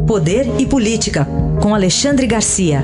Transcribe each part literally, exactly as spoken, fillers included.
Poder e Política, com Alexandre Garcia.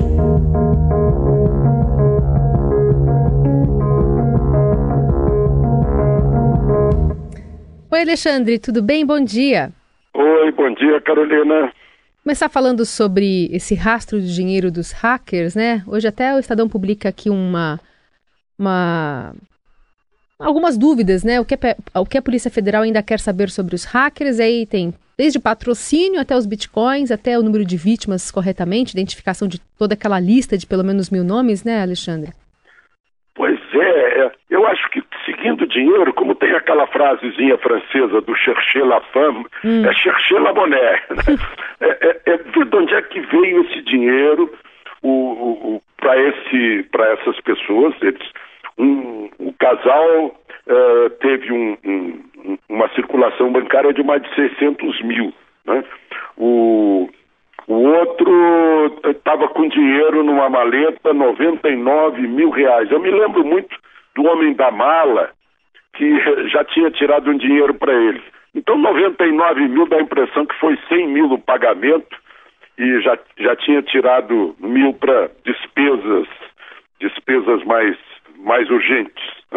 Oi, Alexandre, tudo bem? Bom dia. Oi, bom dia, Carolina. Começar falando sobre esse rastro de dinheiro dos hackers, né? Hoje até o Estadão publica aqui uma... uma... algumas dúvidas, né? O que, a, o que a Polícia Federal ainda quer saber sobre os hackers. Aí tem desde patrocínio até os bitcoins, até o número de vítimas corretamente, identificação de toda aquela lista de pelo menos mil nomes, né, Alexandre? Pois é, eu acho que seguindo dinheiro, como tem aquela frasezinha francesa do chercher la femme, hum. é chercher la monnaie. Né? é, é, é ver de onde é que veio esse dinheiro o, o, o, para esse, para essas pessoas. Eles, um, o casal uh, teve um, um, uma circulação bancária de mais de seiscentos mil. Né? O... O outro estava com dinheiro numa maleta, noventa e nove mil reais. Eu me lembro muito do homem da mala, que já tinha tirado um dinheiro para ele. Então, noventa e nove mil dá a impressão que foi cem mil no pagamento e já, já tinha tirado mil para despesas, despesas mais, mais urgentes. Né?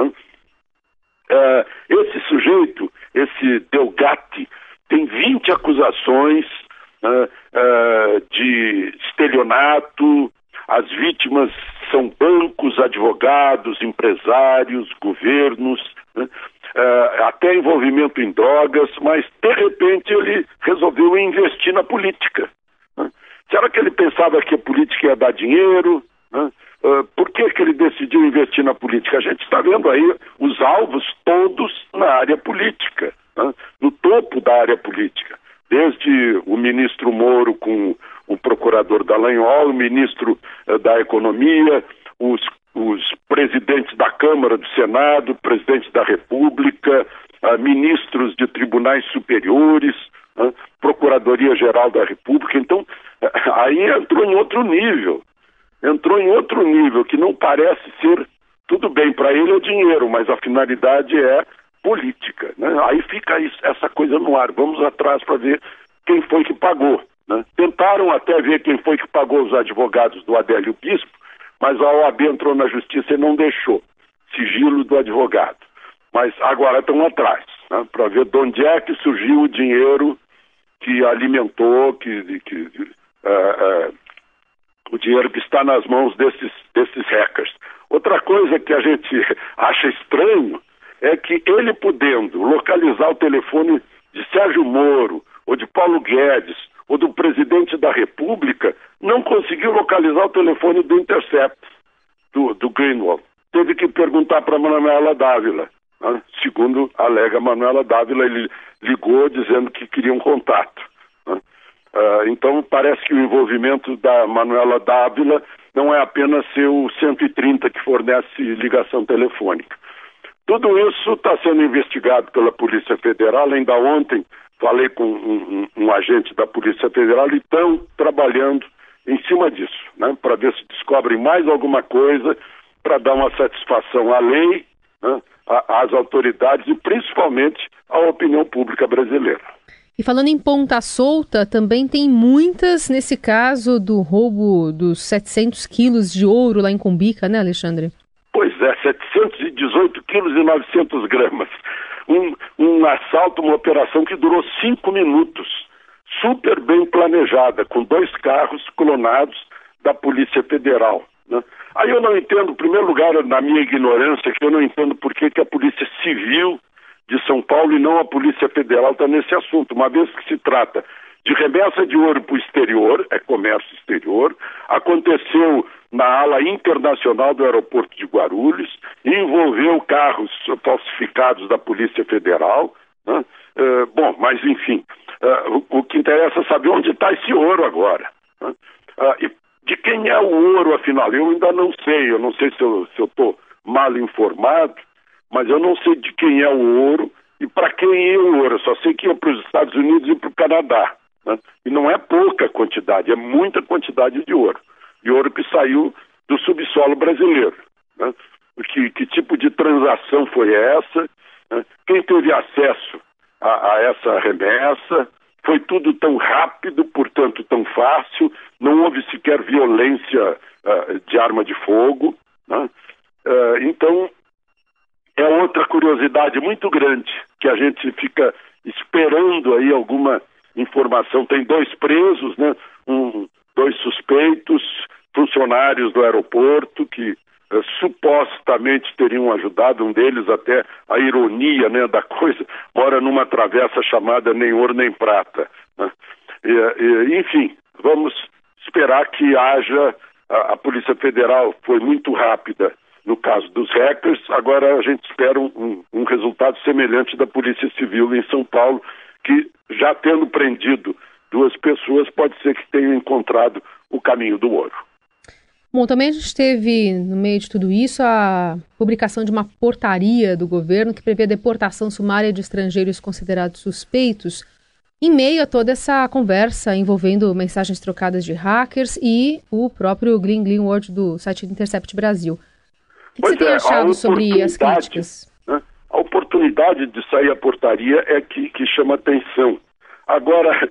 Uh, esse sujeito, esse Delgatti, tem vinte acusações Uh, uh, de estelionato. As vítimas são bancos, advogados, empresários, governos, né? uh, até envolvimento em drogas, mas de repente ele resolveu investir na política. Né? Será que ele pensava que a política ia dar dinheiro? Né? Uh, por que, que ele decidiu investir na política? A gente está vendo aí os alvos todos na área política, né? No topo da área política. Desde o ministro Moro com o procurador Dallagnol, o ministro uh, da Economia, os, os presidentes da Câmara, do Senado, presidente da República, uh, ministros de tribunais superiores, uh, Procuradoria-Geral da República. Então, uh, aí entrou em outro nível. Entrou em outro nível, que não parece ser, tudo bem, para ele é dinheiro, mas a finalidade é política, né? Aí fica isso, essa coisa no ar. Vamos atrás para ver quem foi que pagou, né? Tentaram até ver quem foi que pagou os advogados do Adélio Bispo, mas a O A B entrou na justiça e não deixou sigilo do advogado. Mas agora estão atrás, né? Para ver de onde é que surgiu o dinheiro que alimentou, que, que uh, uh, o dinheiro que está nas mãos desses, desses hackers. Outra coisa que a gente acha estranho é que ele podendo localizar o telefone de Sérgio Moro, ou de Paulo Guedes, ou do presidente da República, não conseguiu localizar o telefone do Intercept, do, do Greenwald. Teve que perguntar para a Manuela Dávila. Né? Segundo alega Manuela Dávila, ele ligou dizendo que queria um contato. Né? Uh, então parece que o envolvimento da Manuela Dávila não é apenas ser o cento e trinta que fornece ligação telefônica. Tudo isso está sendo investigado pela Polícia Federal. Ainda ontem falei com um, um, um agente da Polícia Federal e estão trabalhando em cima disso, né, para ver se descobrem mais alguma coisa para dar uma satisfação à lei, né, às autoridades e principalmente à opinião pública brasileira. E falando em ponta solta, também tem muitas nesse caso do roubo dos setecentos quilos de ouro lá em Cumbica, né, Alexandre? Pois é, setecentos e dezoito quilos e novecentas gramas. Um, um assalto, uma operação que durou cinco minutos, super bem planejada, com dois carros clonados da Polícia Federal. Né? Aí eu não entendo, em primeiro lugar, na minha ignorância, que eu não entendo por que, que a Polícia Civil de São Paulo e não a Polícia Federal está nesse assunto, uma vez que se trata de remessa de ouro para o exterior, é comércio exterior, aconteceu na ala internacional do aeroporto de Guarulhos, envolveu carros falsificados da Polícia Federal, né? Uh, bom, mas enfim, uh, o, o que interessa é saber onde está esse ouro agora. Né? Uh, e de quem é o ouro, afinal? Eu ainda não sei, eu não sei se eu estou mal informado, mas eu não sei de quem é o ouro e para quem é o ouro. Eu só sei que ia para os Estados Unidos e para o Canadá. Né? E não é pouca quantidade, é muita quantidade de ouro. De ouro que saiu do subsolo brasileiro. Né? Que, que tipo de transação foi essa? Né? Quem teve acesso a, a essa remessa? Foi tudo tão rápido, portanto, tão fácil, não houve sequer violência uh, de arma de fogo, né? Uh, então, é outra curiosidade muito grande, que a gente fica esperando aí alguma informação. Tem dois presos, né? Um, dois suspeitos, funcionários do aeroporto, que uh, supostamente teriam ajudado, um deles até a ironia, né, da coisa, mora numa travessa chamada Nem Ouro Nem Prata, né? E, e, enfim, vamos esperar que haja, a, a Polícia Federal foi muito rápida no caso dos hackers, agora a gente espera um, um, um resultado semelhante da Polícia Civil em São Paulo, que já tendo prendido duas pessoas, pode ser que tenham encontrado o caminho do ouro. Bom, também a gente teve, no meio de tudo isso, a publicação de uma portaria do governo que prevê a deportação sumária de estrangeiros considerados suspeitos, em meio a toda essa conversa envolvendo mensagens trocadas de hackers e o próprio Glenn Greenwald do site Intercept Brasil. O que, que você tem é, achado sobre as críticas? Né, a oportunidade de sair a portaria é que, que chama atenção. Agora,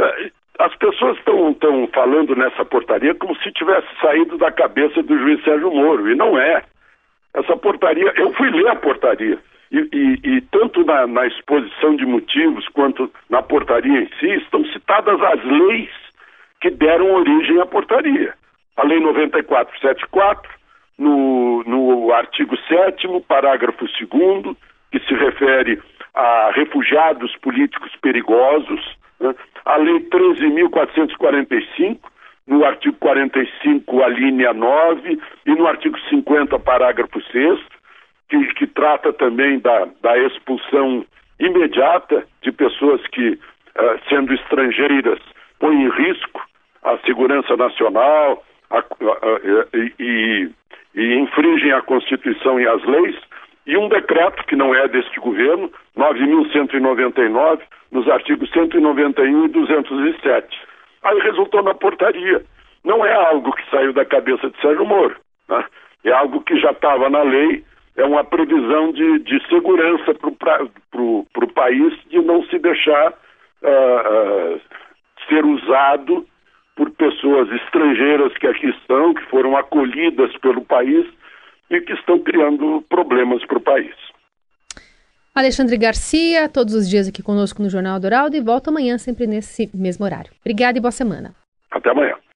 as pessoas estão falando nessa portaria como se tivesse saído da cabeça do juiz Sérgio Moro, e não é. Essa portaria, eu fui ler a portaria, e, e, e tanto na, na exposição de motivos quanto na portaria em si, estão citadas as leis que deram origem à portaria. A Lei noventa e quatro setenta e quatro, No, no artigo sétimo, parágrafo segundo, que se refere a refugiados políticos perigosos, né? A Lei treze mil quatrocentos e quarenta e cinco, no artigo quarenta e cinco, a linha nove, e no artigo cinquenta, parágrafo sexto, que, que trata também da, da expulsão imediata de pessoas que, uh, sendo estrangeiras, põem em risco a segurança nacional a, a, a, e, e e infringem a Constituição e as leis, e um decreto que não é deste governo, nove mil cento e noventa e nove, nos artigos cento e noventa e um e duzentos e sete. Aí resultou na portaria. Não é algo que saiu da cabeça de Sérgio Moro, né? É algo que já estava na lei, é uma previsão de, de segurança para o país, de não se deixar uh, uh, ser usado por pessoas estrangeiras que aqui estão, que foram acolhidas pelo país e que estão criando problemas para o país. Alexandre Garcia, todos os dias aqui conosco no Jornal Dourado, e volta amanhã sempre nesse mesmo horário. Obrigada e boa semana. Até amanhã.